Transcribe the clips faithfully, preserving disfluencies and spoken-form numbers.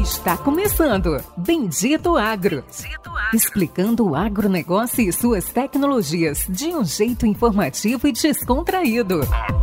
Está começando Bendito Agro. Bendito Agro. Explicando o agronegócio e suas tecnologias de um jeito informativo e descontraído.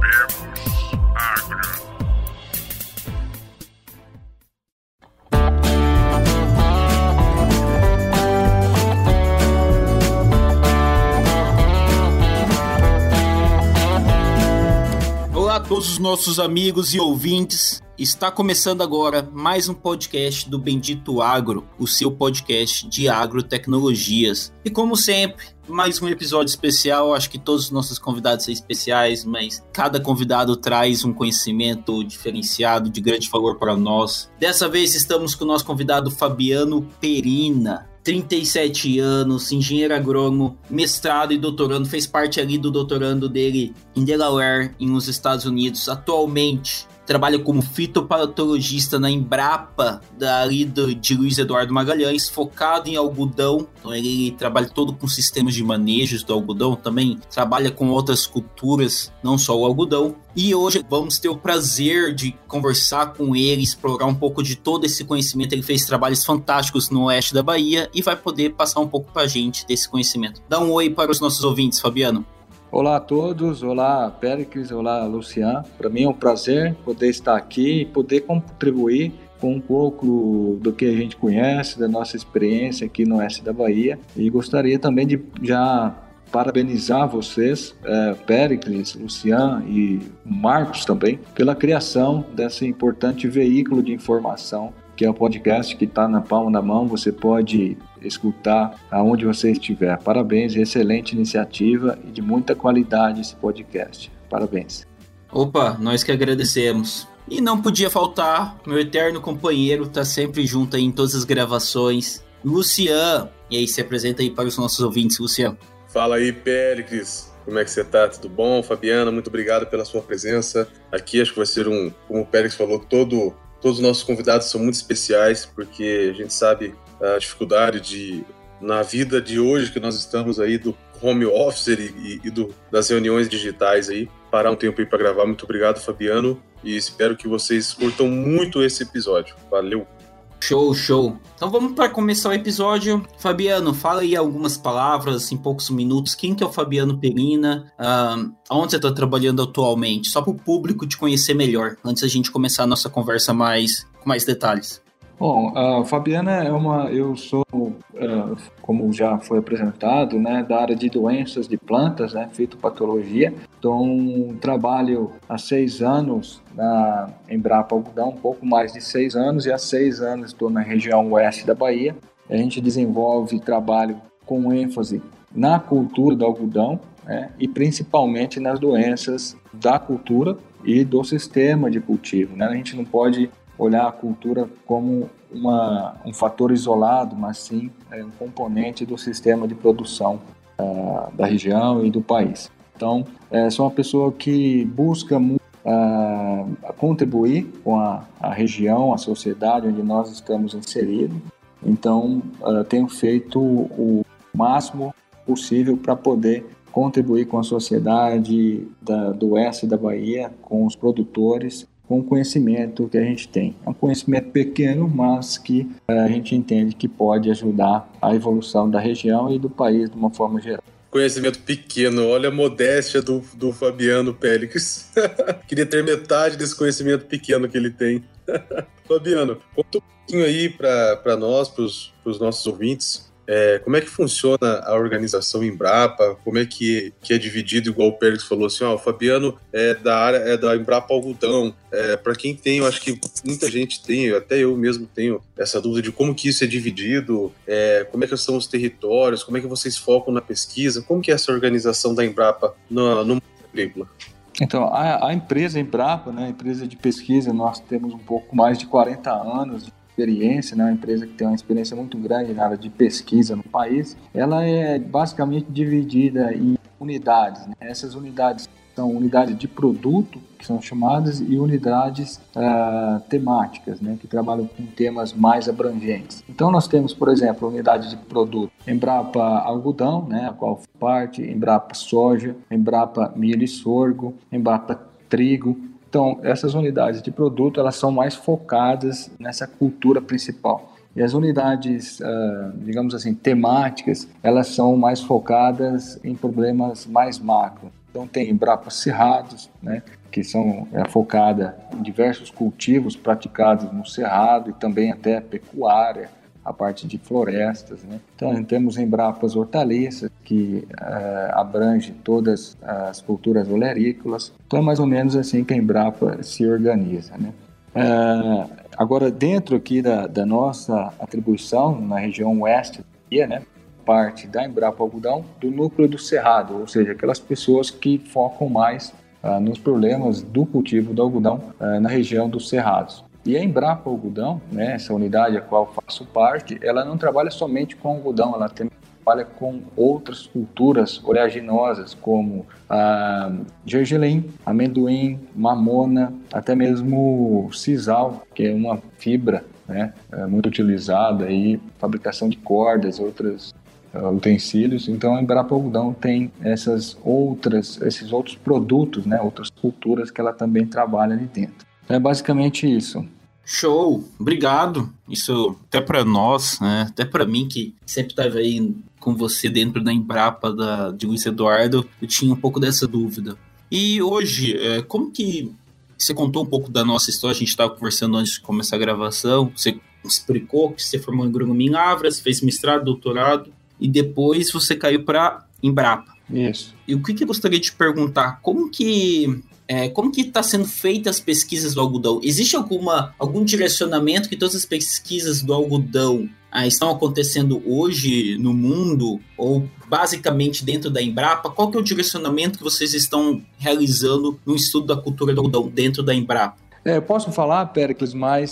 Olá a todos os nossos amigos e ouvintes. Está começando agora mais um podcast do Bendito Agro, o seu podcast de agrotecnologias. E como sempre, mais um episódio especial. Acho que todos os nossos convidados são especiais, mas cada convidado traz um conhecimento diferenciado, de grande valor para nós. Dessa vez estamos com o nosso convidado Fabiano Perina. trinta e sete anos, engenheiro agrônomo, mestrado e doutorando, fez parte ali do doutorando dele em Delaware, nos Estados Unidos. Atualmente trabalha como fitopatologista na Embrapa, dali do, de Luiz Eduardo Magalhães, focado em algodão. Então ele trabalha todo com sistemas de manejos do algodão, também trabalha com outras culturas, não só o algodão. E hoje vamos ter o prazer de conversar com ele, explorar um pouco de todo esse conhecimento. Ele fez trabalhos fantásticos no oeste da Bahia e vai poder passar um pouco pra gente desse conhecimento. Dá um oi para os nossos ouvintes, Fabiano. Olá a todos, olá Péricles, olá Lucian. Para mim é um prazer poder estar aqui e poder contribuir com um pouco do que a gente conhece, da nossa experiência aqui no oeste da Bahia. E gostaria também de já parabenizar vocês, é, Péricles, Lucian e Marcos também, pela criação desse importante veículo de informação que é o podcast que está na palma da mão. Você pode escutar aonde você estiver. Parabéns, excelente iniciativa e de muita qualidade esse podcast. Parabéns. Opa, nós que agradecemos. E não podia faltar, meu eterno companheiro, está sempre junto aí em todas as gravações, Lucian. E aí, se apresenta aí para os nossos ouvintes, Lucian. Fala aí, Péricles. Como é que você tá? Tudo bom? Fabiana, muito obrigado pela sua presença aqui. Acho que vai ser um, como o Péricles falou, todo... Todos os nossos convidados são muito especiais, porque a gente sabe a dificuldade de, na vida de hoje que nós estamos aí, do home office e, e do, das reuniões digitais aí, parar um tempo aí para gravar. Muito obrigado, Fabiano, e espero que vocês curtam muito esse episódio. Valeu! Show, show! Então vamos para começar o episódio. Fabiano, fala aí algumas palavras em poucos minutos. Quem que é o Fabiano Perina? Uh, onde você está trabalhando atualmente? Só para o público te conhecer melhor, antes da gente começar a nossa conversa mais, com mais detalhes. Bom, a Fabiana é uma... Eu sou, uh, como já foi apresentado, né, da área de doenças de plantas, né, fitopatologia. Então, trabalho há seis anos na Embrapa Algodão, um pouco mais de seis anos, e há seis anos estou na região oeste da Bahia. A gente desenvolve trabalho com ênfase na cultura do algodão, né, e principalmente nas doenças da cultura e do sistema de cultivo, né? A gente não pode olhar a cultura como uma, um fator isolado, mas sim é um componente do sistema de produção uh, da região e do país. Então, é, sou uma pessoa que busca uh, contribuir com a, a região, a sociedade onde nós estamos inseridos. Então, uh, tenho feito o máximo possível para poder contribuir com a sociedade da, do oeste da Bahia, com os produtores, com o conhecimento que a gente tem. É um conhecimento pequeno, mas que a gente entende que pode ajudar a evolução da região e do país de uma forma geral. Conhecimento pequeno, olha a modéstia do, do Fabiano Péricles. Queria ter metade desse conhecimento pequeno que ele tem. Fabiano, conta um pouquinho aí para nós, para os nossos ouvintes, É, como é que funciona a organização Embrapa? Como é que, que é dividido, igual o Pérez falou assim, ó, o Fabiano é da área é da Embrapa Algodão. É, para quem tem, eu acho que muita gente tem, até eu mesmo tenho essa dúvida de como que isso é dividido, é, como é que são os territórios, como é que vocês focam na pesquisa, como que é essa organização da Embrapa no, no agrícola? Então, a, a empresa Embrapa, né, a empresa de pesquisa, nós temos um pouco mais de quarenta anos de experiência, né, uma empresa que tem uma experiência muito grande na área de pesquisa no país. Ela é basicamente dividida em unidades, né? Essas unidades são unidades de produto, que são chamadas, e unidades uh, temáticas, né, que trabalham com temas mais abrangentes. Então nós temos, por exemplo, a unidade de produto Embrapa Algodão, né, a qual parte, Embrapa Soja, Embrapa Milho e Sorgo, Embrapa Trigo. Então, essas unidades de produto, elas são mais focadas nessa cultura principal. E as unidades, digamos assim, temáticas, elas são mais focadas em problemas mais macro. Então, tem Embrapa Cerrados, né, que são é, focada em diversos cultivos praticados no cerrado e também até pecuária, a parte de florestas, né? Então, temos Embrapas Hortaliças, que uh, abrange todas as culturas olerícolas. Então, é mais ou menos assim que a Embrapa se organiza, né? Uh, agora, dentro aqui da, da nossa atribuição, na região oeste, né, parte da Embrapa Algodão, do núcleo do cerrado, ou seja, aquelas pessoas que focam mais uh, nos problemas do cultivo do algodão uh, na região dos cerrados. E a Embrapa Algodão, né, essa unidade a qual faço parte, ela não trabalha somente com algodão, ela também trabalha com outras culturas oleaginosas, como a gergelim, amendoim, mamona, até mesmo sisal, que é uma fibra, né, é muito utilizada aí, fabricação de cordas, outros uh, utensílios. Então a Embrapa Algodão tem essas outras, esses outros produtos, né, outras culturas que ela também trabalha ali dentro. É basicamente isso. Show, obrigado. Isso até para nós, né? Até para mim que sempre estava aí com você dentro da Embrapa da, de Luiz Eduardo, eu tinha um pouco dessa dúvida. E hoje, é, como que você contou um pouco da nossa história? A gente estava conversando antes de começar a gravação. Você explicou que você formou em agronomia em Lavras, fez mestrado, doutorado e depois você caiu para Embrapa. Isso. E o que, que eu gostaria de perguntar? Como que É, como que está sendo feitas as pesquisas do algodão? Existe alguma, algum direcionamento que todas as pesquisas do algodão ah, estão acontecendo hoje no mundo? Ou basicamente dentro da Embrapa? Qual que é o direcionamento que vocês estão realizando no estudo da cultura do algodão dentro da Embrapa? É, eu posso falar, Péricles, mais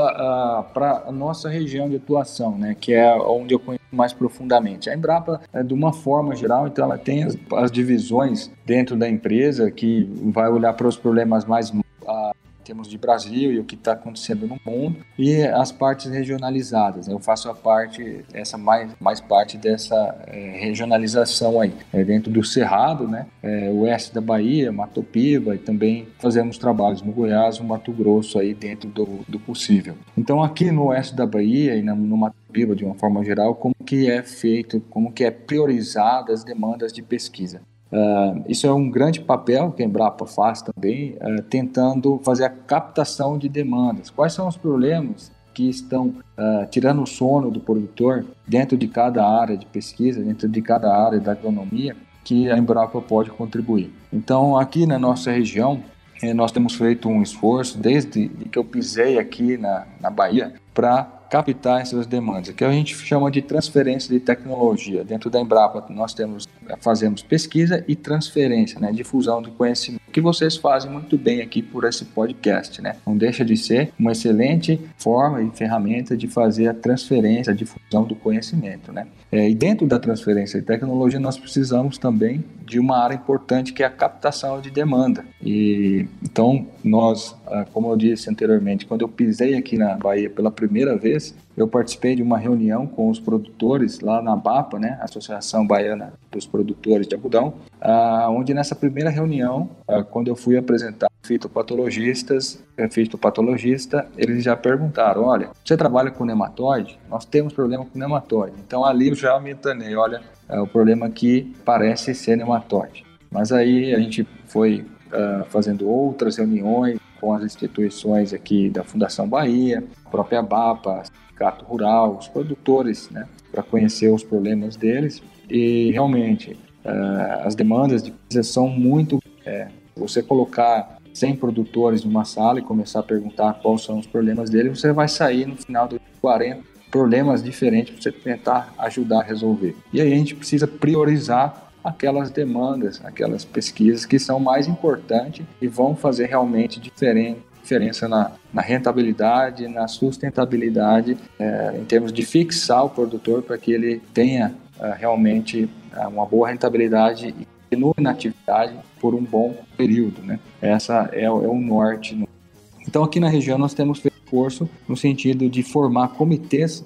para a nossa região de atuação, né, que é onde eu conheço mais profundamente. A Embrapa, é, de uma forma geral, então ela tem as, as divisões dentro da empresa que vai olhar para os problemas mais a, em termos de Brasil e o que está acontecendo no mundo, e as partes regionalizadas. Eu faço a parte, essa mais, mais parte dessa é, regionalização aí, é, dentro do Cerrado, né, é, oeste da Bahia, Mato Piba, e também fazemos trabalhos no Goiás, no Mato Grosso, aí dentro do, do possível. Então, aqui no oeste da Bahia e no, no Mato Piba, de uma forma geral, como que é feito, como que é priorizado as demandas de pesquisa. Uh, isso é um grande papel que a Embrapa faz também, uh, tentando fazer a captação de demandas. Quais são os problemas que estão uh, tirando o sono do produtor dentro de cada área de pesquisa, dentro de cada área da agronomia, que a Embrapa pode contribuir. Então, aqui na nossa região, eh, nós temos feito um esforço, desde que eu pisei aqui na, na Bahia, para captar essas demandas, que a gente chama de transferência de tecnologia. Dentro da Embrapa, nós temos, fazemos pesquisa e transferência, né, difusão do conhecimento, que vocês fazem muito bem aqui por esse podcast, né? Não deixa de ser uma excelente forma e ferramenta de fazer a transferência, a difusão do conhecimento, né? É, e dentro da transferência de tecnologia, nós precisamos também de uma área importante, que é a captação de demanda. E então, nós, como eu disse anteriormente, quando eu pisei aqui na Bahia pela primeira vez, eu participei de uma reunião com os produtores lá na ABAPA, né, Associação Baiana dos Produtores de Algodão, ah, onde nessa primeira reunião, ah, quando eu fui apresentar fitopatologistas, fitopatologista, eles já perguntaram: olha, você trabalha com nematóide? Nós temos problema com nematóide. Então ali eu já me entanei, olha, é o problema que parece ser nematóide. Mas aí a gente foi uh, fazendo outras reuniões com as instituições aqui da Fundação Bahia, a própria ABAPA, Sindicato Rural, os produtores, né, para conhecer os problemas deles. E realmente uh, as demandas de pesquisa são muito... É, você colocar cem produtores numa sala e começar a perguntar quais são os problemas deles, você vai sair no final dos quarenta problemas diferentes para você tentar ajudar a resolver. E aí a gente precisa priorizar aquelas demandas, aquelas pesquisas que são mais importantes e vão fazer realmente diferente, diferença na, na rentabilidade, na sustentabilidade, é, em termos de fixar o produtor para que ele tenha é, realmente é, uma boa rentabilidade e continue na atividade por um bom período, né? Essa é, é o norte. Então aqui na região nós temos feito esforço no sentido de formar comitês, né,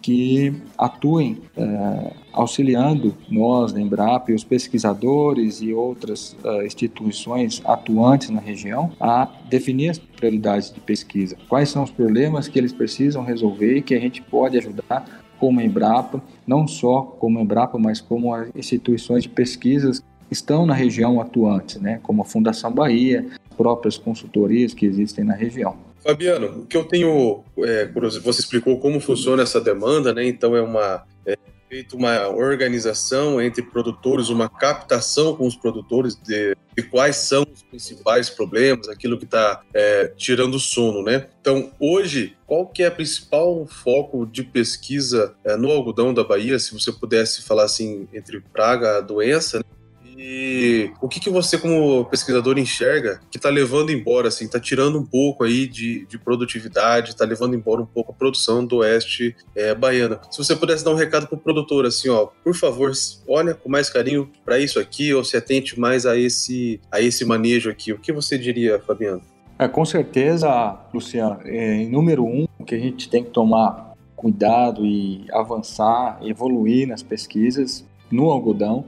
que atuem uh, auxiliando nós, da Embrapa, e os pesquisadores e outras uh, instituições atuantes na região a definir as prioridades de pesquisa. Quais são os problemas que eles precisam resolver e que a gente pode ajudar como Embrapa, não só como Embrapa, mas como as instituições de pesquisas que estão na região atuantes, né? Como a Fundação Bahia, próprias consultorias que existem na região. Fabiano, o que eu tenho é, curiosidade, você explicou como funciona essa demanda, né? Então é uma é, feita uma organização entre produtores, uma captação com os produtores de, de quais são os principais problemas, aquilo que está é, tirando o sono, né? Então hoje, qual que é o principal foco de pesquisa é, no algodão da Bahia, se você pudesse falar assim entre praga, doença, né? E o que, que você, como pesquisador, enxerga que está levando embora, assim, está tirando um pouco aí de, de produtividade, está levando embora um pouco a produção do oeste é, baiana? Se você pudesse dar um recado para o produtor, assim, ó, por favor, olha com mais carinho para isso aqui, ou se atente mais a esse, a esse manejo aqui, o que você diria, Fabiano? É, com certeza, Luciano, é, número um, o que a gente tem que tomar cuidado e avançar, evoluir nas pesquisas no algodão,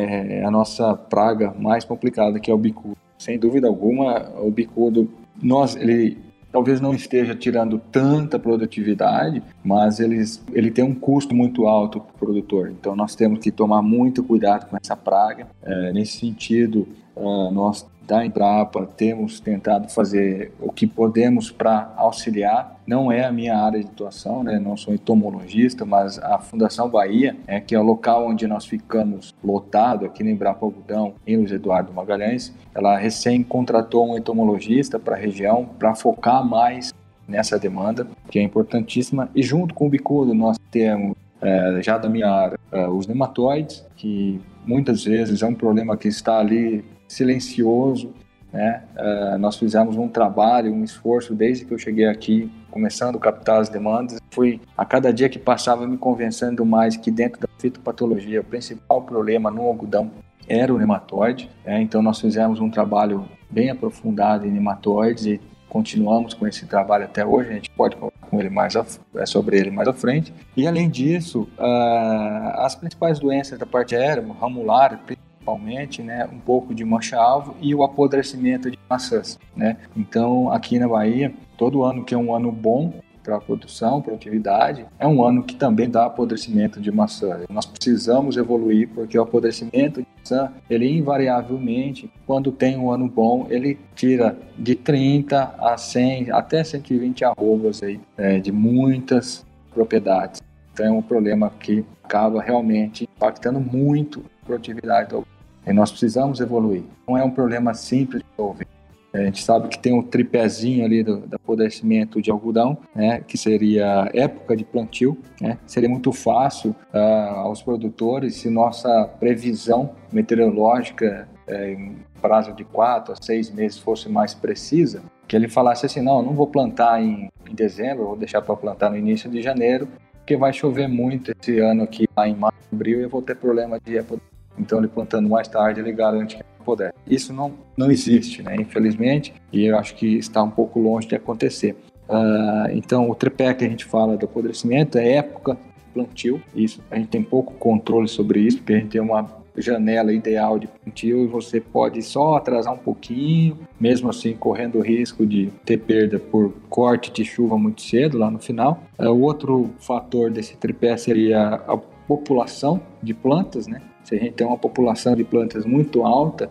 é a nossa praga mais complicada, que é o bicudo. Sem dúvida alguma, o bicudo, nós, ele talvez não esteja tirando tanta produtividade, mas eles, ele tem um custo muito alto para o produtor. Então, nós temos que tomar muito cuidado com essa praga. É, nesse sentido, uh, nós da Embrapa temos tentado fazer o que podemos para auxiliar. Não é a minha área de atuação, né? Não sou entomologista, mas a Fundação Bahia, é, que é o local onde nós ficamos lotado aqui no Embrapa Algodão, em Luiz Eduardo Magalhães, ela recém contratou um entomologista para a região para focar mais nessa demanda, que é importantíssima. E junto com o bicudo nós temos, é, já da minha área, é, os nematóides, que muitas vezes é um problema que está ali silencioso, né? Uh, nós fizemos um trabalho, um esforço desde que eu cheguei aqui, começando a captar as demandas. Fui, a cada dia que passava, me convencendo mais que dentro da fitopatologia, o principal problema no algodão era o nematóide, né? Então nós fizemos um trabalho bem aprofundado em nematóides e continuamos com esse trabalho até hoje. A gente pode falar com ele mais a, sobre ele mais à frente. E além disso, uh, as principais doenças da parte aérea, ramular, principalmente, né, um pouco de mancha-alvo e o apodrecimento de maçãs, né? Então, aqui na Bahia, todo ano que é um ano bom para a produção, produtividade, é um ano que também dá apodrecimento de maçã. Nós precisamos evoluir, porque o apodrecimento de maçã, ele invariavelmente, quando tem um ano bom, ele tira de trinta a cem, até cento e vinte arrobas aí, é, de muitas propriedades. Então, é um problema que acaba realmente impactando muito a produtividade do algodão. E nós precisamos evoluir. Não é um problema simples de resolver. A gente sabe que tem um tripézinho ali do, do apodrecimento de algodão, né, que seria época de plantio, né? Seria muito fácil uh, aos produtores se nossa previsão meteorológica uh, em prazo de quatro a seis meses fosse mais precisa, que ele falasse assim, não, não vou plantar em, em dezembro, vou deixar para plantar no início de janeiro, porque vai chover muito esse ano aqui, lá em março, abril, e eu vou ter problema de apodrecimento. Então, ele plantando mais tarde, ele garante que não puder. Isso não, não existe, né? Infelizmente, e eu acho que está um pouco longe de acontecer. Uh, então, o tripé que a gente fala do apodrecimento é época de plantio. Isso, a gente tem pouco controle sobre isso, porque a gente tem uma janela ideal de plantio e você pode só atrasar um pouquinho, mesmo assim correndo o risco de ter perda por corte de chuva muito cedo lá no final. Uh, o outro fator desse tripé seria a população de plantas, né? Se a gente tem uma população de plantas muito alta,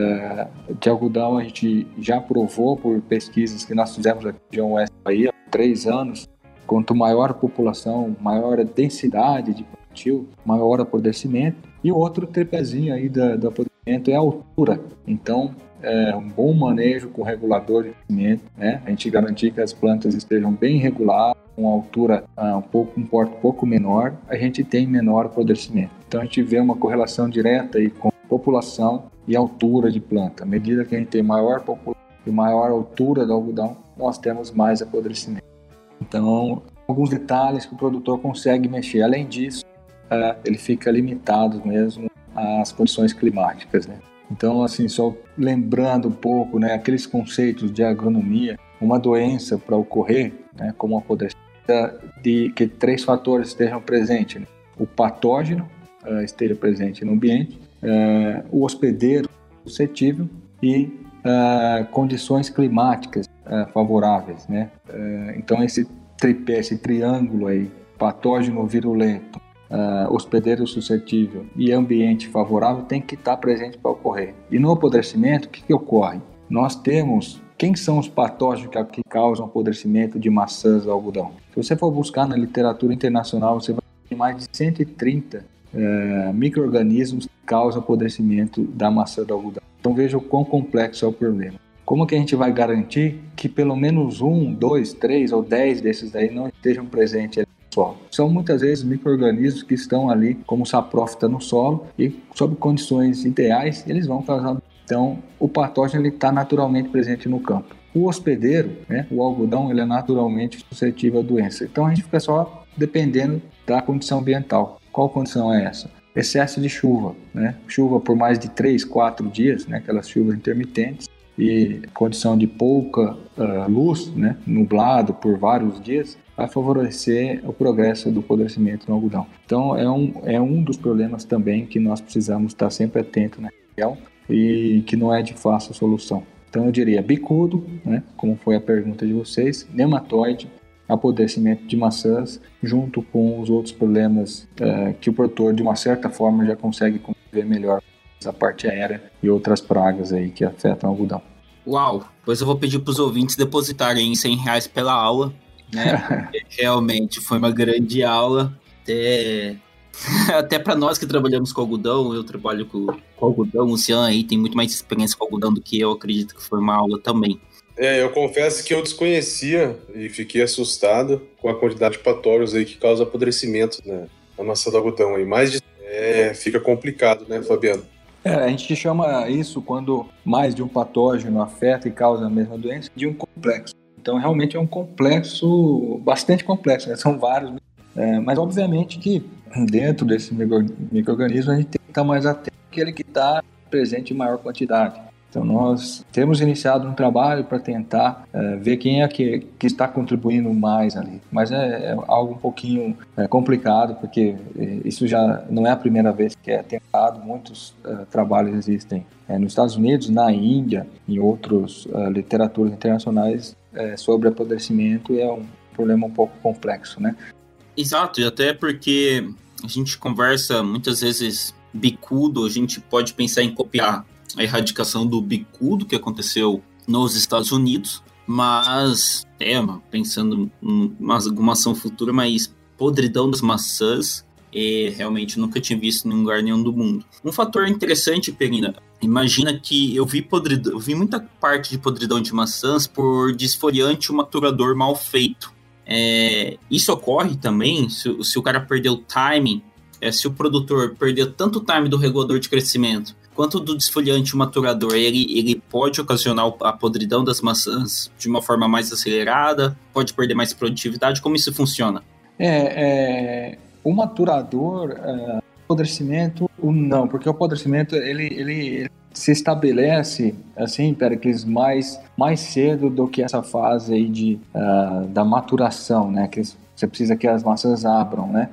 uh, de algodão, a gente já provou por pesquisas que nós fizemos aqui na região oeste da Bahia há três anos, quanto maior a população, maior a densidade de plantio, maior o apodrecimento. E o outro tripézinho aí do, do apodrecimento é a altura. Então, é um bom manejo com regulador de crescimento, né? A gente garantir que as plantas estejam bem reguladas, com altura uh, um pouco, um porte um pouco menor, a gente tem menor apodrecimento. Então a gente vê uma correlação direta aí com população e altura de planta. À medida que a gente tem maior população e maior altura do algodão, nós temos mais apodrecimento. Então, alguns detalhes que o produtor consegue mexer. Além disso, uh, ele fica limitado mesmo às condições climáticas, né? Então, assim, só lembrando um pouco, né, aqueles conceitos de agronomia, uma doença para ocorrer, né, como o apodrecimento, de que três fatores estejam presentes, né? O patógeno uh, esteja presente no ambiente, uh, o hospedeiro suscetível e uh, condições climáticas uh, favoráveis, né? Uh, então esse tripé, esse triângulo aí, patógeno virulento, uh, hospedeiro suscetível e ambiente favorável tem que estar presente para ocorrer. E no apodrecimento, o que, que ocorre? Nós temos... Quem são os patógenos que causam apodrecimento de maçãs do algodão? Se você for buscar na literatura internacional, você vai ter mais de cento e trinta é, micro-organismos que causam apodrecimento da maçã do algodão. Então veja o quão complexo é o problema. Como que a gente vai garantir que pelo menos um, dois, três ou dez desses daí não estejam presentes ali no solo? São muitas vezes micro-organismos que estão ali como saprófita no solo e sob condições ideais eles vão causar. Então, o patógeno está naturalmente presente no campo. O hospedeiro, né, o algodão, ele é naturalmente suscetível à doença. Então, a gente fica só dependendo da condição ambiental. Qual condição é essa? Excesso de chuva, né? Chuva por mais de três, quatro dias, né, aquelas chuvas intermitentes, e condição de pouca uh, luz, né, nublado por vários dias, vai favorecer o progresso do apodrecimento no algodão. Então, é um, é um dos problemas também que nós precisamos estar sempre atentos na região, e que não é de fácil solução. Então eu diria bicudo, né, como foi a pergunta de vocês, nematóide, apodrecimento de maçãs, junto com os outros problemas uh, que o produtor de uma certa forma já consegue conviver melhor, a parte aérea e outras pragas aí que afetam o algodão. Uau! Pois eu vou pedir para os ouvintes depositarem cem reais pela aula, né? Realmente foi uma grande aula. Até... Até para nós que trabalhamos com algodão, eu trabalho com, com algodão, o Cian aí tem muito mais experiência com algodão do que eu, acredito que foi uma aula também. É, eu confesso que eu desconhecia e fiquei assustado com a quantidade de patógenos aí que causa apodrecimento, né, na maçã do algodão aí. Mas é, fica complicado, né, Fabiano? É, a gente chama isso, quando mais de um patógeno afeta e causa a mesma doença, de um complexo. Então realmente é um complexo, bastante complexo, né? São vários, é, mas obviamente que dentro desse micro-organismo a gente tem que estar mais atento àquele que está presente em maior quantidade. Então nós temos iniciado um trabalho para tentar é, ver quem é que, que está contribuindo mais ali. Mas é, é algo um pouquinho é, complicado, porque isso já não é a primeira vez que é tentado. Muitos é, trabalhos existem é, nos Estados Unidos, na Índia, em outras é, literaturas internacionais é, sobre apodrecimento, e é um problema um pouco complexo, né? Exato, e até porque a gente conversa muitas vezes bicudo, a gente pode pensar em copiar a erradicação do bicudo que aconteceu nos Estados Unidos, mas, é, pensando em alguma ação futura, mas podridão das maçãs, é, realmente nunca tinha visto em lugar nenhum do mundo. Um fator interessante, Perina, imagina que eu vi, podridão, eu vi muita parte de podridão de maçãs por desfoliante ou maturador mal feito. É, isso ocorre também se, se o cara perdeu o timing, é, se o produtor perdeu tanto o time do regulador de crescimento quanto do desfoliante maturador, ele, ele pode ocasionar a podridão das maçãs de uma forma mais acelerada, pode perder mais produtividade. Como isso funciona? É, é o maturador, é, apodrecimento, não, porque o apodrecimento ele, ele, ele se estabelece, assim, Péricles, mais, mais cedo do que essa fase aí de, uh, da maturação, né? Que você precisa que as maçãs abram, né?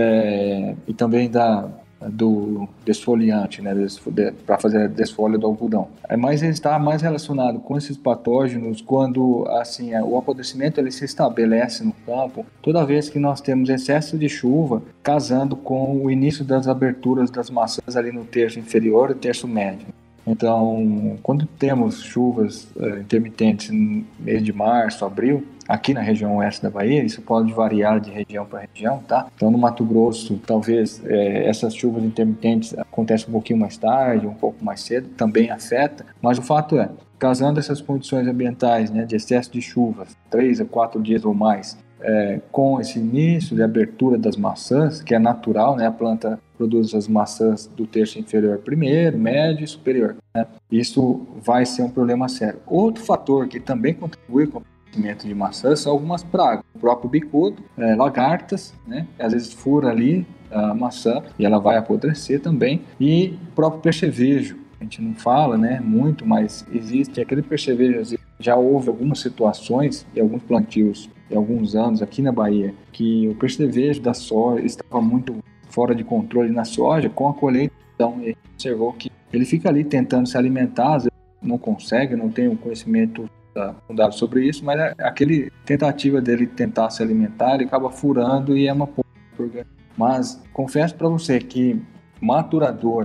É, e também da, do desfoliante, né? Para fazer a desfolha do algodão. É, mas ele está mais relacionado com esses patógenos quando, assim, o apodrecimento ele se estabelece no campo toda vez que nós temos excesso de chuva casando com o início das aberturas das maçãs ali no terço inferior e terço médio. Então, quando temos chuvas uh, intermitentes no mês de março, abril, aqui na região oeste da Bahia, isso pode variar de região para região, tá? Então, no Mato Grosso, talvez eh, essas chuvas intermitentes acontecem um pouquinho mais tarde, um pouco mais cedo, também afeta, mas o fato é, casando essas condições ambientais, né, de excesso de chuvas, três a quatro dias ou mais, É, com esse início de abertura das maçãs, que é natural, né? A planta produz as maçãs do terço inferior primeiro, médio e superior, né? Isso vai ser um problema sério. Outro fator que também contribui com o crescimento de maçãs são algumas pragas. O próprio bicudo, é, lagartas, né? Às vezes fura ali a maçã e ela vai apodrecer também. E o próprio percevejo. A gente não fala, né, muito, mas existe aquele percevejo já houve algumas situações e alguns plantios de alguns anos aqui na Bahia que o percevejo da soja estava muito fora de controle na soja com a colheita. Então, ele observou que ele fica ali tentando se alimentar, às vezes não consegue, não tem um conhecimento fundado sobre isso, mas aquele tentativa dele tentar se alimentar, ele acaba furando e é uma porca. Mas confesso para você que maturador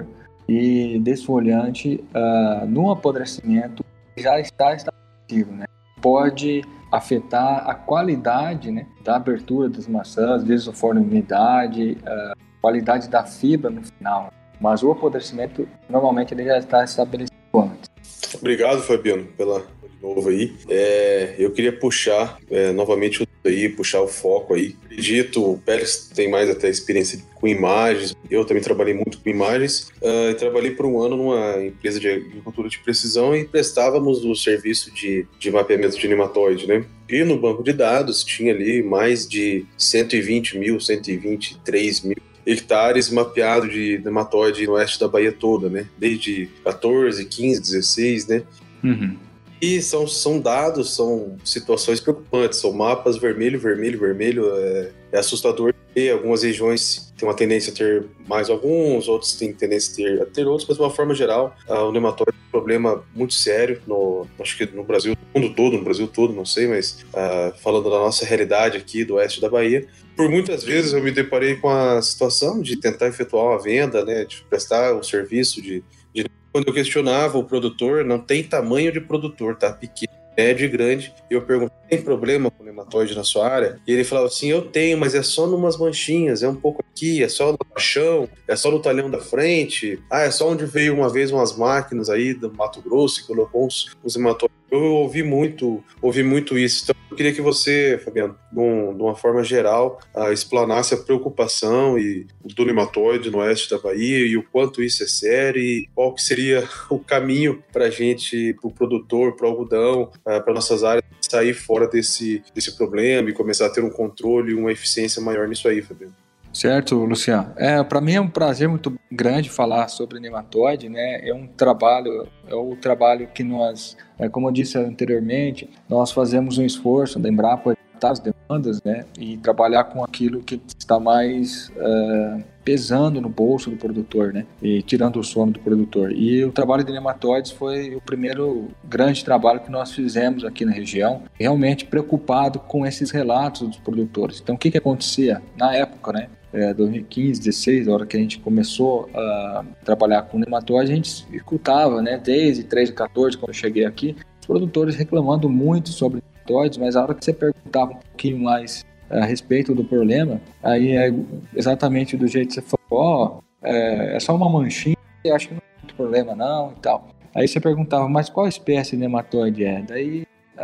e desfolhante uh, no apodrecimento já está estabelecido, né? Pode afetar a qualidade, né, da abertura das maçãs, desuniformidade, a uh, qualidade da fibra no final. Mas o apodrecimento, normalmente, ele já está estabelecido antes. Obrigado, Fabiano, pela de novo aí. É, eu queria puxar é, novamente o aí, puxar o foco aí. Acredito, o Pérez tem mais até experiência com imagens. Eu também trabalhei muito com imagens. Uh, trabalhei por um ano numa empresa de agricultura de precisão e prestávamos o serviço de, de mapeamento de nematóide, né? E no banco de dados tinha ali mais de cento e vinte mil, cento e vinte e três mil hectares mapeados de nematóide no oeste da Bahia toda, né? Desde catorze, quinze, dezesseis, né? Uhum. E são, são dados, são situações preocupantes, são mapas vermelho, vermelho, vermelho, é, é assustador. E algumas regiões têm uma tendência a ter mais alguns, outros têm tendência a ter, a ter outros, mas de uma forma geral, uh, o nematóide é um problema muito sério, no, acho que no Brasil, no mundo todo, no Brasil todo, não sei, mas uh, falando da nossa realidade aqui do oeste da Bahia, por muitas vezes eu me deparei com a situação de tentar efetuar uma venda, né, de prestar o serviço de, de... Quando eu questionava o produtor, não tem tamanho de produtor, tá? Pequeno, médio e grande. Eu perguntei, tem problema com nematóide na sua área? E ele falava assim, eu tenho, mas é só numas manchinhas, é um pouco aqui, é só no chão, é só no talhão da frente. Ah, é só onde veio uma vez umas máquinas aí do Mato Grosso e colocou uns, uns nematóides. Eu ouvi muito, ouvi muito isso. Então, eu queria que você, Fabiano, de, um, de uma forma geral, uh, explanasse a preocupação e, do nematóide no oeste da Bahia e o quanto isso é sério e qual que seria o caminho para a gente, para o produtor, para o algodão, uh, para nossas áreas, sair fora desse, desse problema e começar a ter um controle e uma eficiência maior nisso aí, Fabiano. Certo, Luciano. É, para mim é um prazer muito grande falar sobre nematóide, né? É um trabalho, é o trabalho que nós, é, como eu disse anteriormente, nós fazemos um esforço da Embrapa para as demandas, né? E trabalhar com aquilo que está mais uh, pesando no bolso do produtor, né? E tirando o sono do produtor. E o trabalho de nematóides foi o primeiro grande trabalho que nós fizemos aqui na região, realmente preocupado com esses relatos dos produtores. Então, o que que acontecia na época, né? É, dois mil e quinze, dezesseis, a hora que a gente começou a trabalhar com nematóide, a gente escutava, né, desde treze, quatorze, quando eu cheguei aqui, os produtores reclamando muito sobre nematóides, mas a hora que você perguntava um pouquinho mais a respeito do problema, aí é exatamente do jeito que você falou, ó, oh, é, é só uma manchinha, eu acho que não tem muito problema não e tal. Aí você perguntava, mas qual espécie de nematóide é? Daí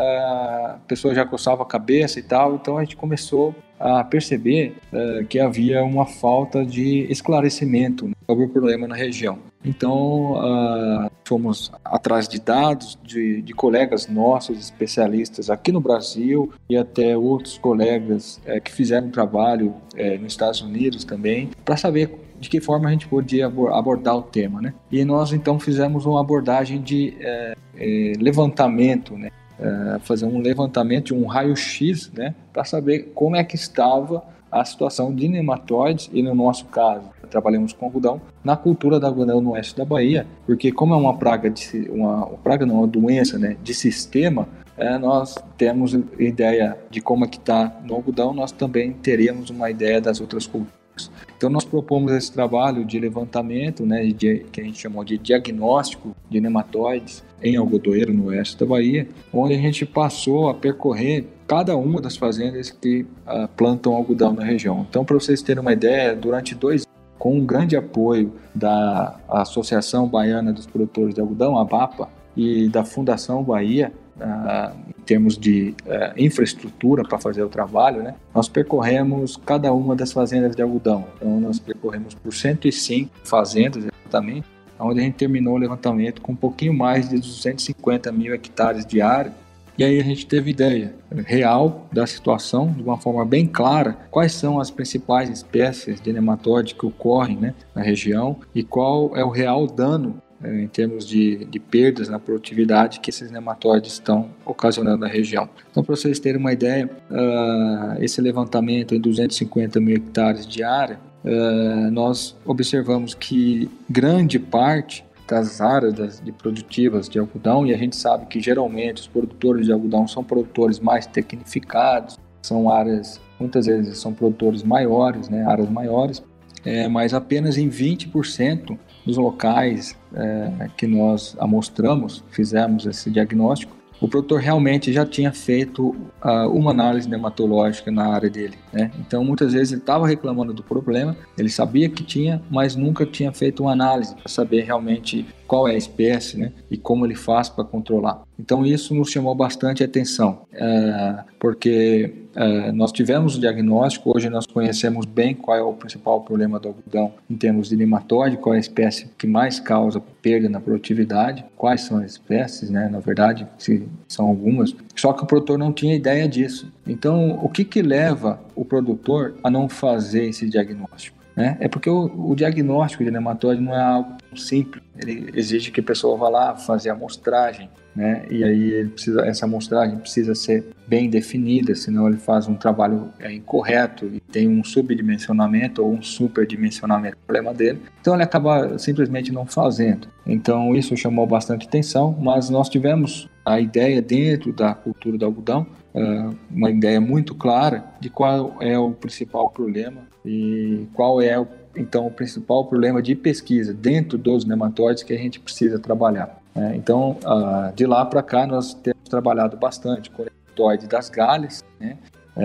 a pessoa já coçava a cabeça e tal, então a gente começou a perceber uh, que havia uma falta de esclarecimento sobre o problema na região. Então, uh, fomos atrás de dados de, de colegas nossos, especialistas aqui no Brasil e até outros colegas uh, que fizeram trabalho uh, nos Estados Unidos também, para saber de que forma a gente podia abordar o tema, né? E nós, então, fizemos uma abordagem de uh, uh, levantamento, né? Uh, fazer um levantamento de um raio-x, né, para saber como é que estava a situação de nematóides e, no nosso caso, trabalhamos com algodão, na cultura da algodão no oeste da Bahia, porque como é uma praga, de, uma, uma praga não, uma doença, né, de sistema, é, nós temos ideia de como é que está no algodão, nós também teríamos uma ideia das outras culturas. Então nós propomos esse trabalho de levantamento, né, de, que a gente chamou de diagnóstico de nematóides em algodoeiro no oeste da Bahia, onde a gente passou a percorrer cada uma das fazendas que uh, plantam algodão na região. Então, para vocês terem uma ideia, durante dois anos, com um grande apoio da Associação Baiana dos Produtores de Algodão, a ABAPA, e da Fundação Bahia, Uh, em termos de uh, infraestrutura para fazer o trabalho, né? Nós percorremos cada uma das fazendas de algodão. Então, nós percorremos por cento e cinco fazendas, exatamente, onde a gente terminou o levantamento com um pouquinho mais de duzentos e cinquenta mil hectares de área. E aí a gente teve ideia real da situação, de uma forma bem clara, quais são as principais espécies de nematóide que ocorrem, né, na região e qual é o real dano em termos de, de perdas na produtividade que esses nematóides estão ocasionando na região. Então, para vocês terem uma ideia, uh, esse levantamento em duzentos e cinquenta mil hectares de área, uh, nós observamos que grande parte das áreas de produtivas de algodão, e a gente sabe que geralmente os produtores de algodão são produtores mais tecnificados, são áreas, muitas vezes são produtores maiores, né, áreas maiores, é, mas apenas em vinte por cento dos locais é, que nós amostramos, fizemos esse diagnóstico, o produtor realmente já tinha feito uh, uma análise nematológica na área dele, né? Então, muitas vezes ele estava reclamando do problema, ele sabia que tinha, mas nunca tinha feito uma análise para saber realmente qual é a espécie, né? E como ele faz para controlar. Então, isso nos chamou bastante atenção, uh, porque uh, nós tivemos o diagnóstico, hoje nós conhecemos bem qual é o principal problema do algodão em termos de nematóide, qual é a espécie que mais causa perda na produtividade, quais são as espécies, né? Na verdade, se são algumas, só que o produtor não tinha ideia disso. Então, o que que leva o produtor a não fazer esse diagnóstico? Né? É porque o, o diagnóstico de nematóide não é algo simples, ele exige que a pessoa vá lá fazer a amostragem, né? E aí ele precisa, essa amostragem precisa ser bem definida, senão ele faz um trabalho é, incorreto e tem um subdimensionamento ou um superdimensionamento do problema dele, então ele acaba simplesmente não fazendo. Então isso chamou bastante atenção, mas nós tivemos a ideia dentro da cultura do algodão, uma ideia muito clara de qual é o principal problema e qual é, então, o principal problema de pesquisa dentro dos nematóides que a gente precisa trabalhar. Né? Então, de lá para cá, nós temos trabalhado bastante com o nematóide das galhas, né?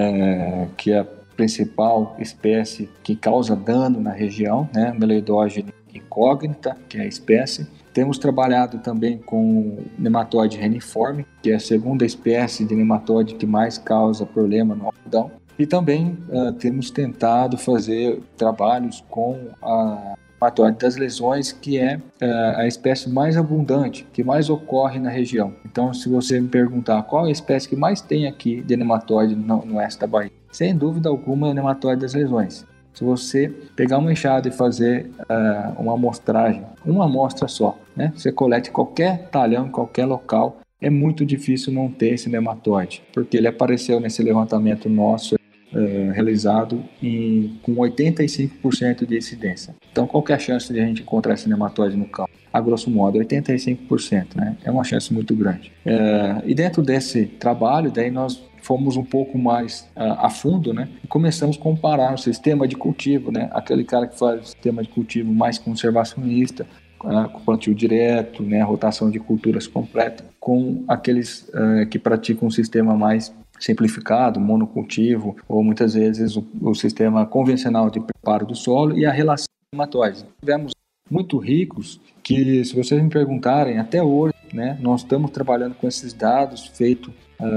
é, que é a principal espécie que causa dano na região, né? Meleidógene incógnita, que é a espécie. Temos trabalhado também com o nematóide reniforme, que é a segunda espécie de nematóide que mais causa problema no algodão. E também uh, temos tentado fazer trabalhos com a nematóide das lesões, que é uh, a espécie mais abundante, que mais ocorre na região. Então, se você me perguntar qual é a espécie que mais tem aqui de nematóide no, no oeste da Bahia, sem dúvida alguma é o nematóide das lesões. Se você pegar uma enxada e fazer uh, uma amostragem, uma amostra só, né? Você colete qualquer talhão, em qualquer local, é muito difícil não ter esse nematóide, porque ele apareceu nesse levantamento nosso uh, realizado em, com oitenta e cinco por cento de incidência. Então, qual que é a chance de a gente encontrar esse nematóide no campo? A grosso modo, oitenta e cinco por cento, né? É uma chance muito grande. Uh, e dentro desse trabalho, daí nós fomos um pouco mais uh, a fundo, né? E começamos a comparar o sistema de cultivo, né? Aquele cara que faz o sistema de cultivo mais conservacionista, uh, com plantio direto, né? Rotação de culturas completa, com aqueles uh, que praticam um sistema mais simplificado, monocultivo, ou muitas vezes o, o sistema convencional de preparo do solo e a relação de nematóides. Tivemos muito ricos que, se vocês me perguntarem, até hoje, né? Nós estamos trabalhando com esses dados feitos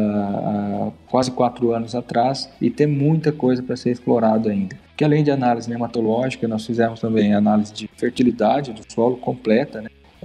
Uh, uh, quase quatro anos atrás, e tem muita coisa para ser explorado ainda. Que além de análise nematológica, nós fizemos também análise de fertilidade do solo completa, né?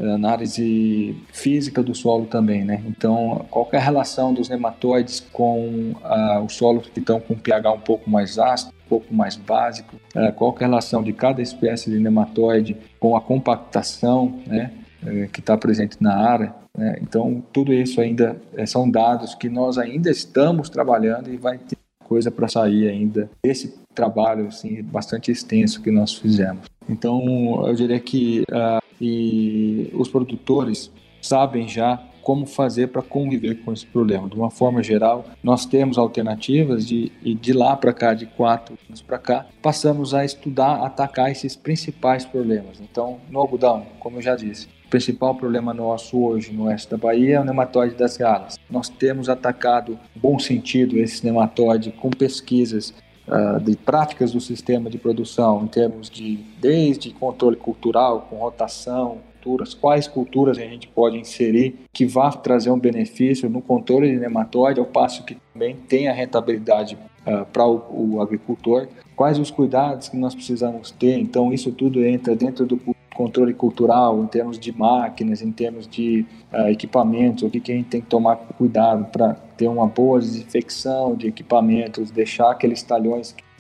Análise física do solo também, né? Então, qual que é a relação dos nematóides com uh, os solos que estão com pH um pouco mais ácido, um pouco mais básico, uh, qual que é a relação de cada espécie de nematóide com a compactação, né? Uh, que está presente na área. É, então, tudo isso ainda é, são dados que nós ainda estamos trabalhando e vai ter coisa para sair ainda desse trabalho assim, bastante extenso que nós fizemos. Então, eu diria que uh, e os produtores sabem já como fazer para conviver com esse problema. De uma forma geral, nós temos alternativas de, e de lá para cá, de quatro anos para cá, passamos a estudar, atacar esses principais problemas. Então, no algodão, como eu já disse, o principal problema nosso hoje no oeste da Bahia é o nematóide das galhas. Nós temos atacado, em bom sentido, esse nematóide com pesquisas uh, de práticas do sistema de produção, em termos de, desde controle cultural, com rotação, culturas, quais culturas a gente pode inserir que vá trazer um benefício no controle de nematóide, ao passo que também tenha rentabilidade uh, para o, o agricultor, quais os cuidados que nós precisamos ter. Então, isso tudo entra dentro do controle cultural, em termos de máquinas, em termos de uh, equipamentos, o que, que a gente tem que tomar cuidado para ter uma boa desinfecção de equipamentos, deixar aqueles talhões que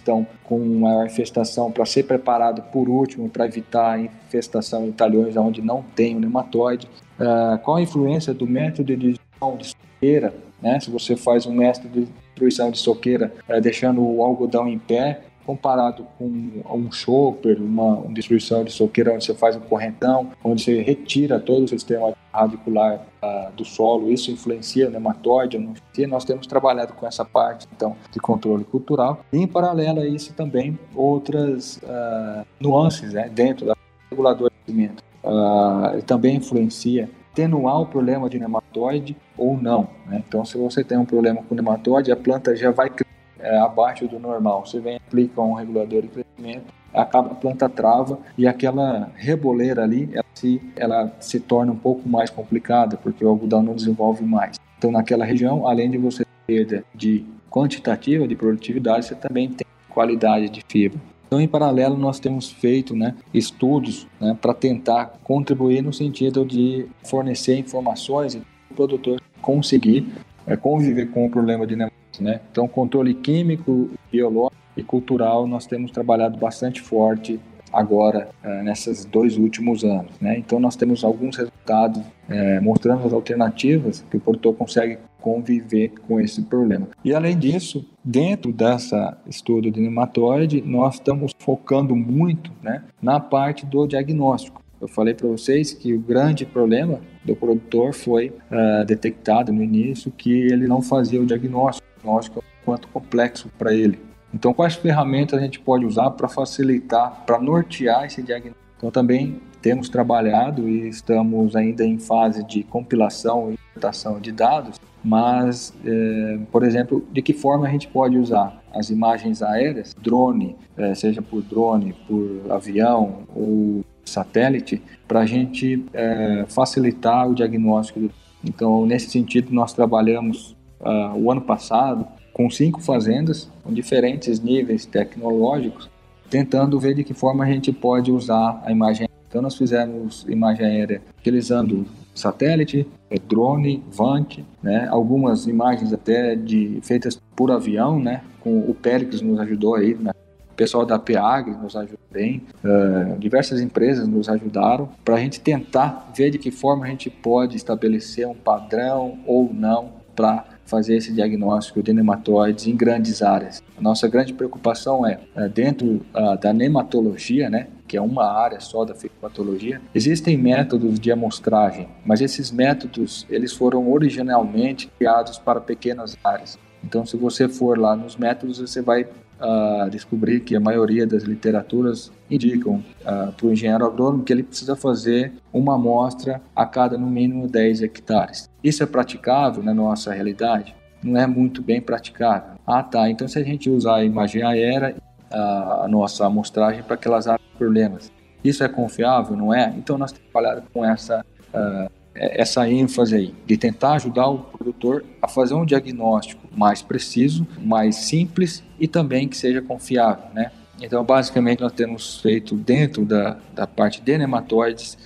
estão com maior infestação, para ser preparado por último, para evitar a infestação em talhões onde não tem o nematóide. Uh, qual a influência do método de destruição de soqueira, né? Se você faz um método de destruição de soqueira uh, deixando o algodão em pé, comparado com um chopper, uma, uma destruição de soqueira onde você faz um correntão, onde você retira todo o sistema radicular uh, do solo, isso influencia o nematóide, não influencia. Nós temos trabalhado com essa parte, então, de controle cultural, e em paralelo a isso também outras uh, nuances, né, dentro da regulador de crescimento. Uh, ele também influencia atenuar o problema de nematóide ou não, né? Então, se você tem um problema com nematóide, a planta já vai crescer É, abaixo do normal. Você vem, aplica um regulador de crescimento, acaba, a planta trava e aquela reboleira ali, ela se, ela se torna um pouco mais complicada, porque o algodão não desenvolve mais. Então, naquela região, além de você ter perda de quantitativa, de produtividade, você também tem qualidade de fibra. Então, em paralelo, nós temos feito, né, estudos, né, para tentar contribuir no sentido de fornecer informações e o produtor conseguir é, conviver com o problema de nematóide. Né? Então, controle químico, biológico e cultural nós temos trabalhado bastante forte agora, é, nesses dois últimos anos. Né? Então, nós temos alguns resultados é, mostrando as alternativas que o produtor consegue conviver com esse problema. E, além disso, dentro dessa estudo de nematóide, nós estamos focando muito, né, na parte do diagnóstico. Eu falei para vocês que o grande problema do produtor foi uh, detectado no início que ele não fazia o diagnóstico. O diagnóstico é um quanto complexo para ele. Então, quais ferramentas a gente pode usar para facilitar, para nortear esse diagnóstico? Então, também temos trabalhado e estamos ainda em fase de compilação e interpretação de dados, mas, eh, por exemplo, de que forma a gente pode usar as imagens aéreas, drone, eh, seja por drone, por avião ou satélite, para a gente é, facilitar o diagnóstico. Então, nesse sentido, nós trabalhamos uh, o ano passado com cinco fazendas, com diferentes níveis tecnológicos, tentando ver de que forma a gente pode usar a imagem. Então, nós fizemos imagem aérea utilizando satélite, drone, Vant, né? Algumas imagens até de, feitas por avião, né? Com o Pélix nos ajudou aí, né? O pessoal da Peagri nos ajudou bem, uh, diversas empresas nos ajudaram para a gente tentar ver de que forma a gente pode estabelecer um padrão ou não para fazer esse diagnóstico de nematóides em grandes áreas. A nossa grande preocupação é, uh, dentro uh, da nematologia, né, que é uma área só da fitopatologia, existem métodos de amostragem, mas esses métodos eles foram originalmente criados para pequenas áreas. Então, se você for lá nos métodos, você vai Uh, descobrir que a maioria das literaturas indicam uh, para o engenheiro agrônomo que ele precisa fazer uma amostra a cada, no mínimo, dez hectares. Isso é praticável na nossa realidade? Não é muito bem praticável. Ah, tá. Então, se a gente usar a imagem aérea, uh, a nossa amostragem para aquelas áreas de problemas, isso é confiável? Não é? Então, nós temos trabalhado com essa uh, essa ênfase aí, de tentar ajudar o produtor a fazer um diagnóstico mais preciso, mais simples e também que seja confiável, né? Então, basicamente, nós temos feito dentro da, da parte de nematóides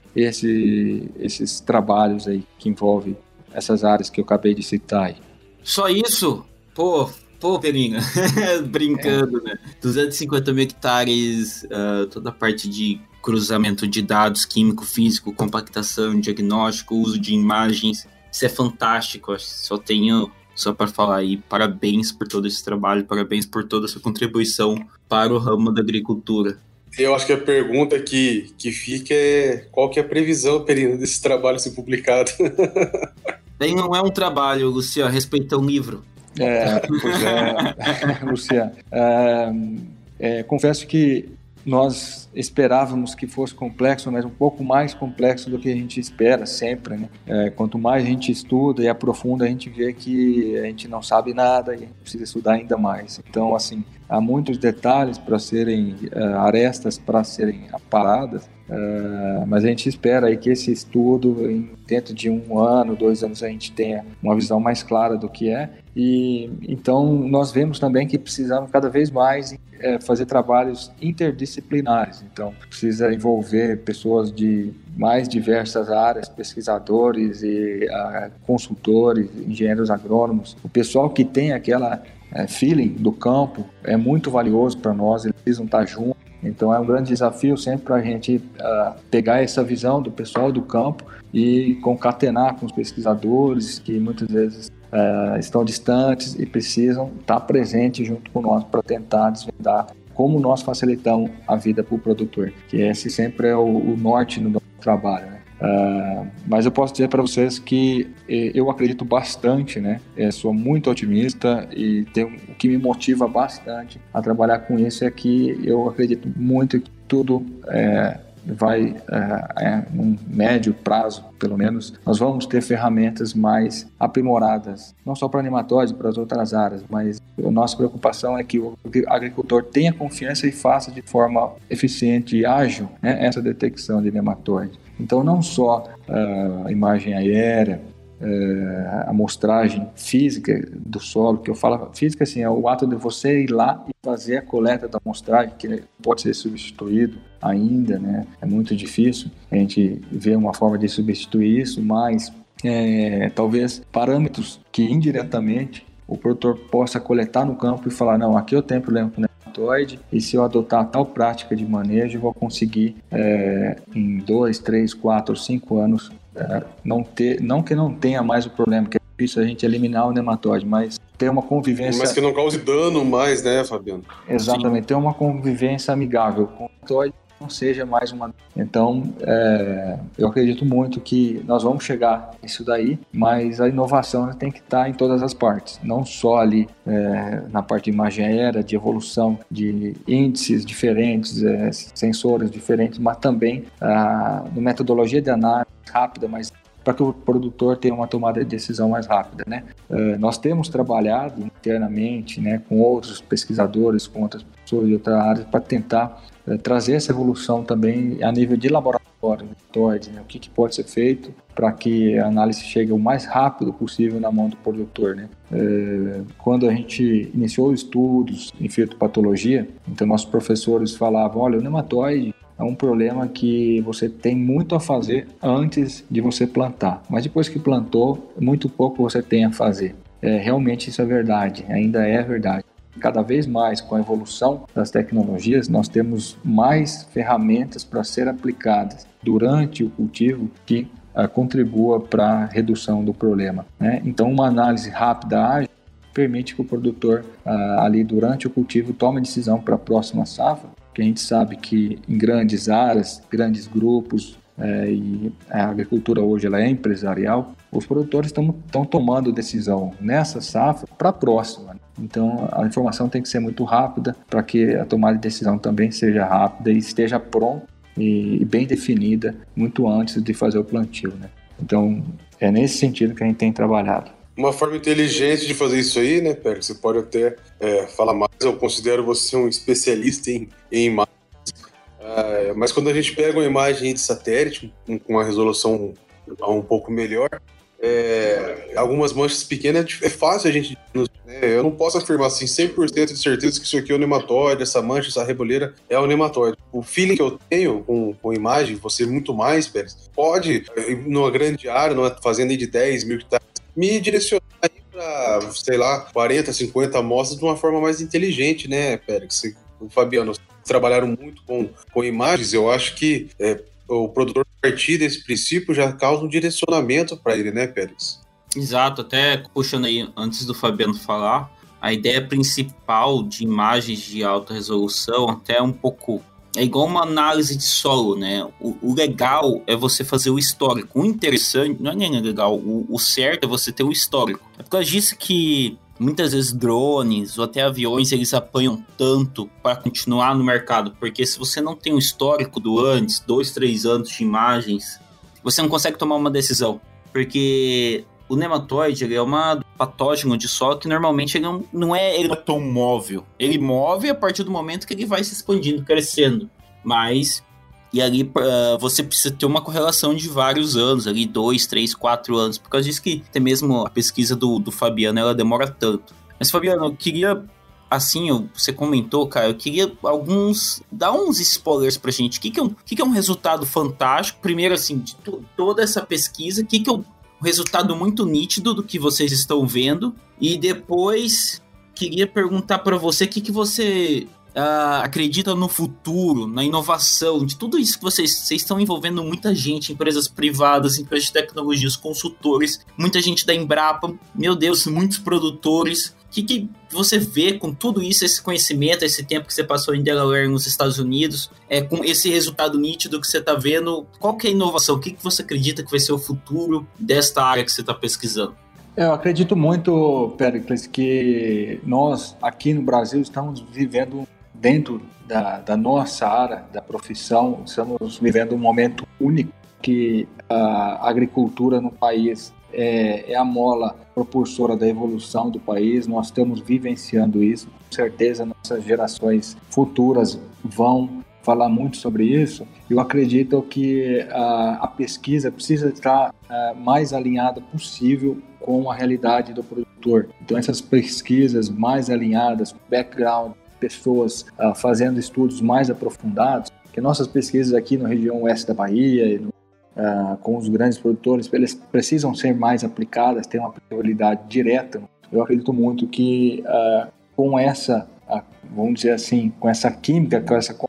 esse, esses trabalhos aí que envolvem essas áreas que eu acabei de citar aí. Só isso? Pô, pô, Peringa, brincando, é. né? duzentos e cinquenta mil hectares, uh, toda a parte de cruzamento de dados químico, físico, compactação, diagnóstico, uso de imagens, isso é fantástico. Só tenho, só para falar aí, parabéns por todo esse trabalho, parabéns por toda a sua contribuição para o ramo da agricultura. Eu acho que a pergunta que, que fica é qual que é a previsão, Perino, desse trabalho ser publicado? Daí não é um trabalho, Luciano, respeita um livro. É, pois é, Luciano. É, é, confesso que nós esperávamos que fosse complexo, mas um pouco mais complexo do que a gente espera sempre, né? É, quanto mais a gente estuda e aprofunda, a gente vê que a gente não sabe nada e a gente precisa estudar ainda mais. Então, assim, há muitos detalhes para serem, uh, arestas para serem aparadas, Uh, mas a gente espera aí que esse estudo, em, dentro de um ano, dois anos, a gente tenha uma visão mais clara do que é. E então nós vemos também que precisamos cada vez mais é, fazer trabalhos interdisciplinares. Então precisa envolver pessoas de mais diversas áreas, pesquisadores e uh, consultores, engenheiros agrônomos. O pessoal que tem aquela uh, feeling do campo é muito valioso para nós, eles precisam estar juntos. Então é um grande desafio sempre para a gente uh, pegar essa visão do pessoal do campo e concatenar com os pesquisadores que muitas vezes uh, estão distantes e precisam estar presentes junto com nós para tentar desvendar como nós facilitamos a vida para o produtor, que esse sempre é o, o norte do nosso trabalho, né? Uh, mas eu posso dizer para vocês que eu acredito bastante, né? Eu sou muito otimista e tem, o que me motiva bastante a trabalhar com isso é que eu acredito muito que tudo é, vai, é, é, num médio prazo, pelo menos, nós vamos ter ferramentas mais aprimoradas, não só para nematóide, para as outras áreas, mas a nossa preocupação é que o agricultor tenha confiança e faça de forma eficiente e ágil, né, essa detecção de nematóide. Então, não só uh, a imagem aérea, uh, a amostragem física do solo, que eu falo física assim, é o ato de você ir lá e fazer a coleta da amostragem, que pode ser substituído ainda, né? É muito difícil a gente ver uma forma de substituir isso, mas é, talvez parâmetros que indiretamente o produtor possa coletar no campo e falar, não, aqui eu tenho problema com nematóide e se eu adotar tal prática de manejo eu vou conseguir é, em dois, três, quatro, cinco anos é, não ter, não que não tenha mais o problema, que é difícil a gente eliminar o nematóide, mas ter uma convivência... Mas que não cause dano mais, né, Fabiano? Exatamente, Sim. ter uma convivência amigável com o nematóide, não seja mais uma... Então, é, eu acredito muito que nós vamos chegar nisso daí, mas a inovação tem que estar em todas as partes, não só ali é, na parte de imagem aérea, de evolução de índices diferentes, é, sensores diferentes, mas também a, na metodologia de análise rápida, mas para que o produtor tenha uma tomada de decisão mais rápida, né? Uh, nós temos trabalhado internamente, né, com outros pesquisadores, com outras pessoas de outras áreas, para tentar uh, trazer essa evolução também a nível de laboratório, né? O que, que pode ser feito para que a análise chegue o mais rápido possível na mão do produtor, né? Uh, quando a gente iniciou estudos em fitopatologia, então nossos professores falavam, olha, o nematóide é um problema que você tem muito a fazer antes de você plantar. Mas depois que plantou, muito pouco você tem a fazer. É, realmente isso é verdade, ainda é verdade. Cada vez mais, com a evolução das tecnologias, nós temos mais ferramentas para ser aplicadas durante o cultivo que uh, contribua para a redução do problema, né? Então, uma análise rápida, ágil, permite que o produtor, uh, ali durante o cultivo, tome decisão para a próxima safra, que a gente sabe que em grandes áreas, grandes grupos, é, e a agricultura hoje ela é empresarial, os produtores estão tomando decisão nessa safra para a próxima. Então a informação tem que ser muito rápida para que a tomada de decisão também seja rápida e esteja pronta e, e bem definida muito antes de fazer o plantio, né? Então é nesse sentido que a gente tem trabalhado. Uma forma inteligente de fazer isso aí, né, Pérez? Você pode até é, falar mais, eu considero você um especialista em, em imagens, uh, mas quando a gente pega uma imagem de satélite com uma resolução um pouco melhor, é, algumas manchas pequenas é fácil a gente... Né? Eu não posso afirmar assim cem por cento de certeza que isso aqui é o nematóide, essa mancha, essa reboleira é o nematóide. O feeling que eu tenho com, com imagem, você muito mais, Pérez, pode, numa grande área, numa fazenda de dez mil hectares, me direcionar para, sei lá, quarenta, cinquenta amostras de uma forma mais inteligente, né, Pérez? O Fabiano, vocês trabalharam muito com, com imagens, eu acho que é, o produtor, a partir desse princípio, já causa um direcionamento para ele, né, Pérez? Exato, até puxando aí, antes do Fabiano falar, a ideia principal de imagens de alta resolução, até um pouco... É igual uma análise de solo, né? O, o legal é você fazer o histórico. O interessante, não é nem legal, o, o certo é você ter o histórico. É por causa disso que muitas vezes drones ou até aviões, eles apanham tanto para continuar no mercado. Porque se você não tem o histórico do antes, dois, três anos de imagens, você não consegue tomar uma decisão. Porque o nematóide, ele é um patógeno de solo que normalmente ele não, não é, ele não é tão móvel. Ele move a partir do momento que ele vai se expandindo, crescendo. Mas E ali uh, você precisa ter uma correlação de vários anos, ali dois, três, quatro anos, por causa disso que até mesmo a pesquisa do, do Fabiano, ela demora tanto. Mas Fabiano, eu queria, assim, eu, você comentou, cara, eu queria alguns, dar uns spoilers pra gente. O que que é um, que que é um resultado fantástico? Primeiro, assim, de to, toda essa pesquisa, o que que é um resultado muito nítido do que vocês estão vendo? E depois, queria perguntar pra você, o que que você... Uh, acredita no futuro, na inovação, de tudo isso que vocês, vocês estão envolvendo muita gente, empresas privadas, empresas de tecnologia, os consultores, muita gente da Embrapa, meu Deus, muitos produtores. O que, que você vê com tudo isso, esse conhecimento, esse tempo que você passou em Delaware nos Estados Unidos, é, com esse resultado nítido que você está vendo, qual que é a inovação? O que, que você acredita que vai ser o futuro desta área que você está pesquisando? Eu acredito muito, Péricles, que nós aqui no Brasil estamos vivendo dentro da, da nossa área, da profissão, estamos vivendo um momento único que a agricultura no país é, é a mola propulsora da evolução do país. Nós estamos vivenciando isso, com certeza nossas gerações futuras vão falar muito sobre isso. Eu acredito que a, a pesquisa precisa estar a, mais alinhada possível com a realidade do produtor. Então essas pesquisas mais alinhadas, com background, pessoas uh, fazendo estudos mais aprofundados, que nossas pesquisas aqui na região oeste da Bahia, no, uh, com os grandes produtores, eles precisam ser mais aplicadas, ter uma aplicabilidade direta. Eu acredito muito que uh, com essa, uh, vamos dizer assim, com essa química, com essa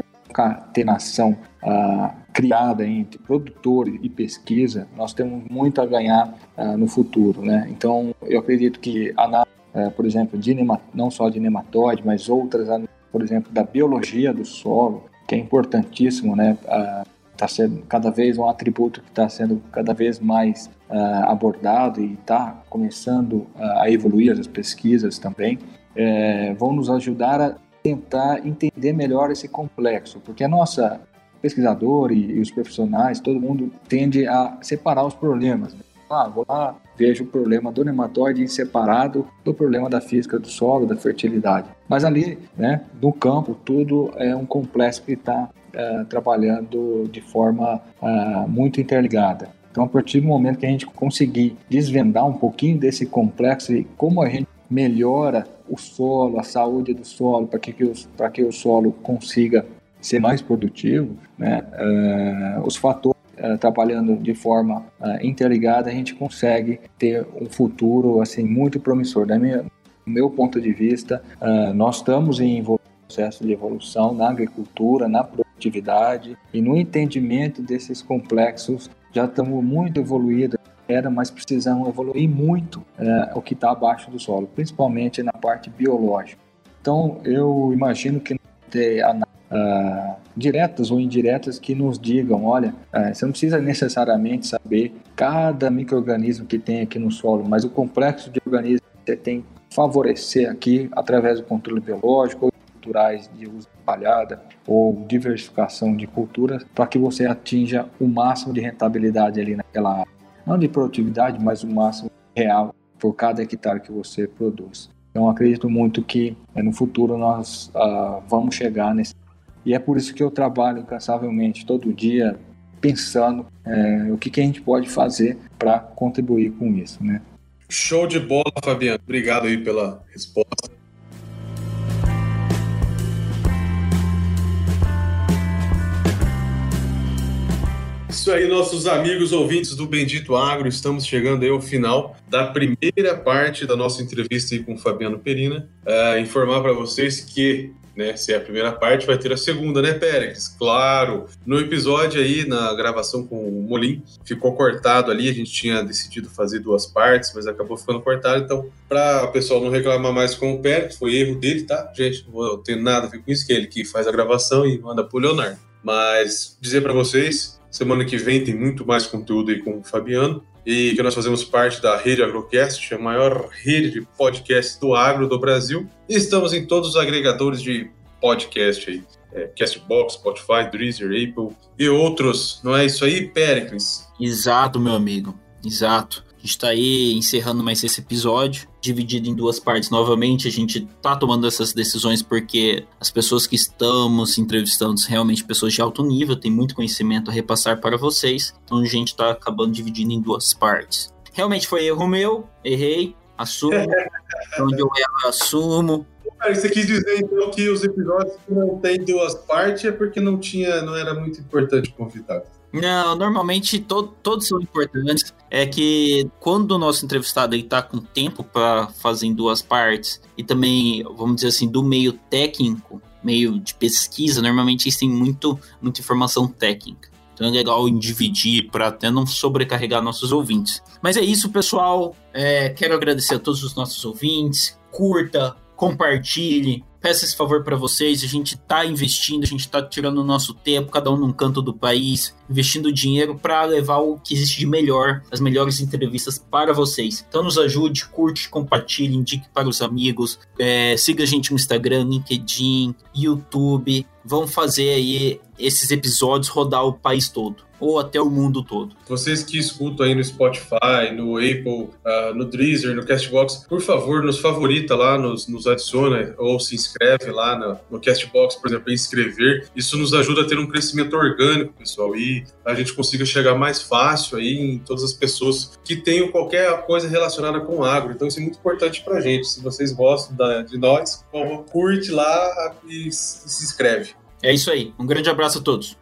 concatenação uh, criada entre produtor e pesquisa, nós temos muito a ganhar uh, no futuro, né? Então, eu acredito que a análise, uh, por exemplo, de nemat- não só de nematóide, mas outras, por exemplo, da biologia do solo, que é importantíssimo, né? Está uh, sendo cada vez um atributo que está sendo cada vez mais uh, abordado e está começando uh, a evoluir as pesquisas também, uh, vão nos ajudar a tentar entender melhor esse complexo, porque a nossa pesquisador e, e os profissionais, todo mundo tende a separar os problemas. Ah, vou lá, vejo o problema do nematóide em separado do problema da física do solo, da fertilidade. Mas ali, né, no campo, tudo é um complexo que está uh, trabalhando de forma uh, muito interligada. Então, a partir do momento que a gente conseguir desvendar um pouquinho desse complexo e como a gente melhora o solo, a saúde do solo, para que, que, os, para que o solo consiga ser mais produtivo, né? Uh, os fatores uh, trabalhando de forma uh, interligada, a gente consegue ter um futuro assim, muito promissor. Da minha, do meu ponto de vista, uh, nós estamos em processo de evolução na agricultura, na produtividade e no entendimento desses complexos. Já estamos muito evoluídos, era, mas precisamos evoluir muito uh, o que está abaixo do solo, principalmente na parte biológica. Então, eu imagino que ter a Uh, diretas ou indiretas que nos digam, olha, uh, você não precisa necessariamente saber cada micro-organismo que tem aqui no solo, mas o complexo de organismos que você tem que favorecer aqui através do controle biológico, ou culturais de uso espalhada, ou diversificação de culturas, para que você atinja o máximo de rentabilidade ali naquela área. Não de produtividade, mas o máximo real por cada hectare que você produz. Então, acredito muito que é, no futuro nós uh, vamos chegar nesse. E é por isso que eu trabalho incansavelmente todo dia pensando é, o que, que a gente pode fazer para contribuir com isso, né? Show de bola, Fabiano. Obrigado aí pela resposta. Isso aí, nossos amigos ouvintes do Bendito Agro, estamos chegando aí ao final da primeira parte da nossa entrevista aí com o Fabiano Perina. Uh, informar para vocês que, né, se é a primeira parte, vai ter a segunda, né, Pérez? Claro! No episódio aí, na gravação com o Molim, ficou cortado ali, a gente tinha decidido fazer duas partes, mas acabou ficando cortado, então, para o pessoal não reclamar mais com o Pérez, foi erro dele, tá? Gente, não vou ter nada a ver com isso, que é ele que faz a gravação e manda pro Leonardo. Mas dizer para vocês, semana que vem tem muito mais conteúdo aí com o Fabiano, e que nós fazemos parte da Rede Agrocast, a maior rede de podcast do agro do Brasil. E estamos em todos os agregadores de podcast aí, é, Castbox, Spotify, Deezer, Apple e outros. Não é isso aí, Péricles? Exato, meu amigo, exato. A gente está aí encerrando mais esse episódio. dividido em duas partes novamente. A gente está tomando essas decisões porque as pessoas que estamos entrevistando são realmente pessoas de alto nível, tem muito conhecimento a repassar para vocês, então a gente está acabando dividindo em duas partes. Realmente foi erro meu, errei, assumo, onde eu erro, eu assumo. Cara, você quis dizer então que os episódios que não tem duas partes é porque não tinha, não era muito importante o convidado. Não, normalmente to, todos são importantes. É que quando o nosso entrevistado está com tempo para fazer em duas partes e também, vamos dizer assim, do meio técnico, meio de pesquisa, normalmente eles têm muito, muita informação técnica. Então é legal em dividir para até não sobrecarregar nossos ouvintes. Mas é isso, pessoal. É, quero agradecer a todos os nossos ouvintes. Curta, compartilhe. Peço esse favor para vocês, a gente está investindo, a gente está tirando o nosso tempo, cada um num canto do país, investindo dinheiro para levar o que existe de melhor, as melhores entrevistas para vocês. Então nos ajude, curte, compartilhe, indique para os amigos, é, siga a gente no Instagram, LinkedIn, YouTube. Vamos fazer aí esses episódios rodar o país todo, ou até o mundo todo. Vocês que escutam aí no Spotify, no Apple, uh, no Deezer, no Castbox, por favor, nos favorita lá, nos, nos adiciona ou se inscreve lá no, no Castbox, por exemplo, em inscrever. Isso nos ajuda a ter um crescimento orgânico, pessoal, e a gente consiga chegar mais fácil aí em todas as pessoas que tenham qualquer coisa relacionada com o agro. Então isso é muito importante pra gente. Se vocês gostam da, de nós, por favor, curte lá e, e se inscreve. É isso aí. Um grande abraço a todos.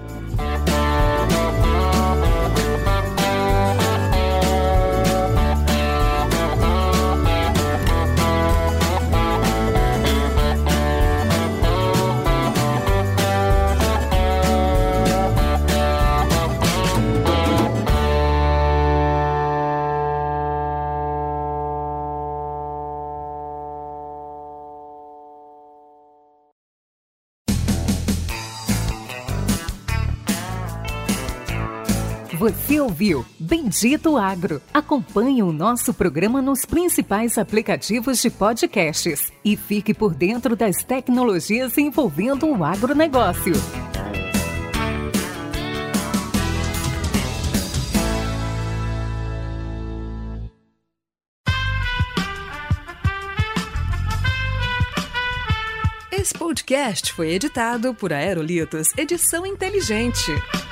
Você ouviu Bendito Agro. Acompanhe o nosso programa nos principais aplicativos de podcasts e fique por dentro das tecnologias envolvendo o agronegócio. Esse podcast foi editado por Aerolitos Edição Inteligente.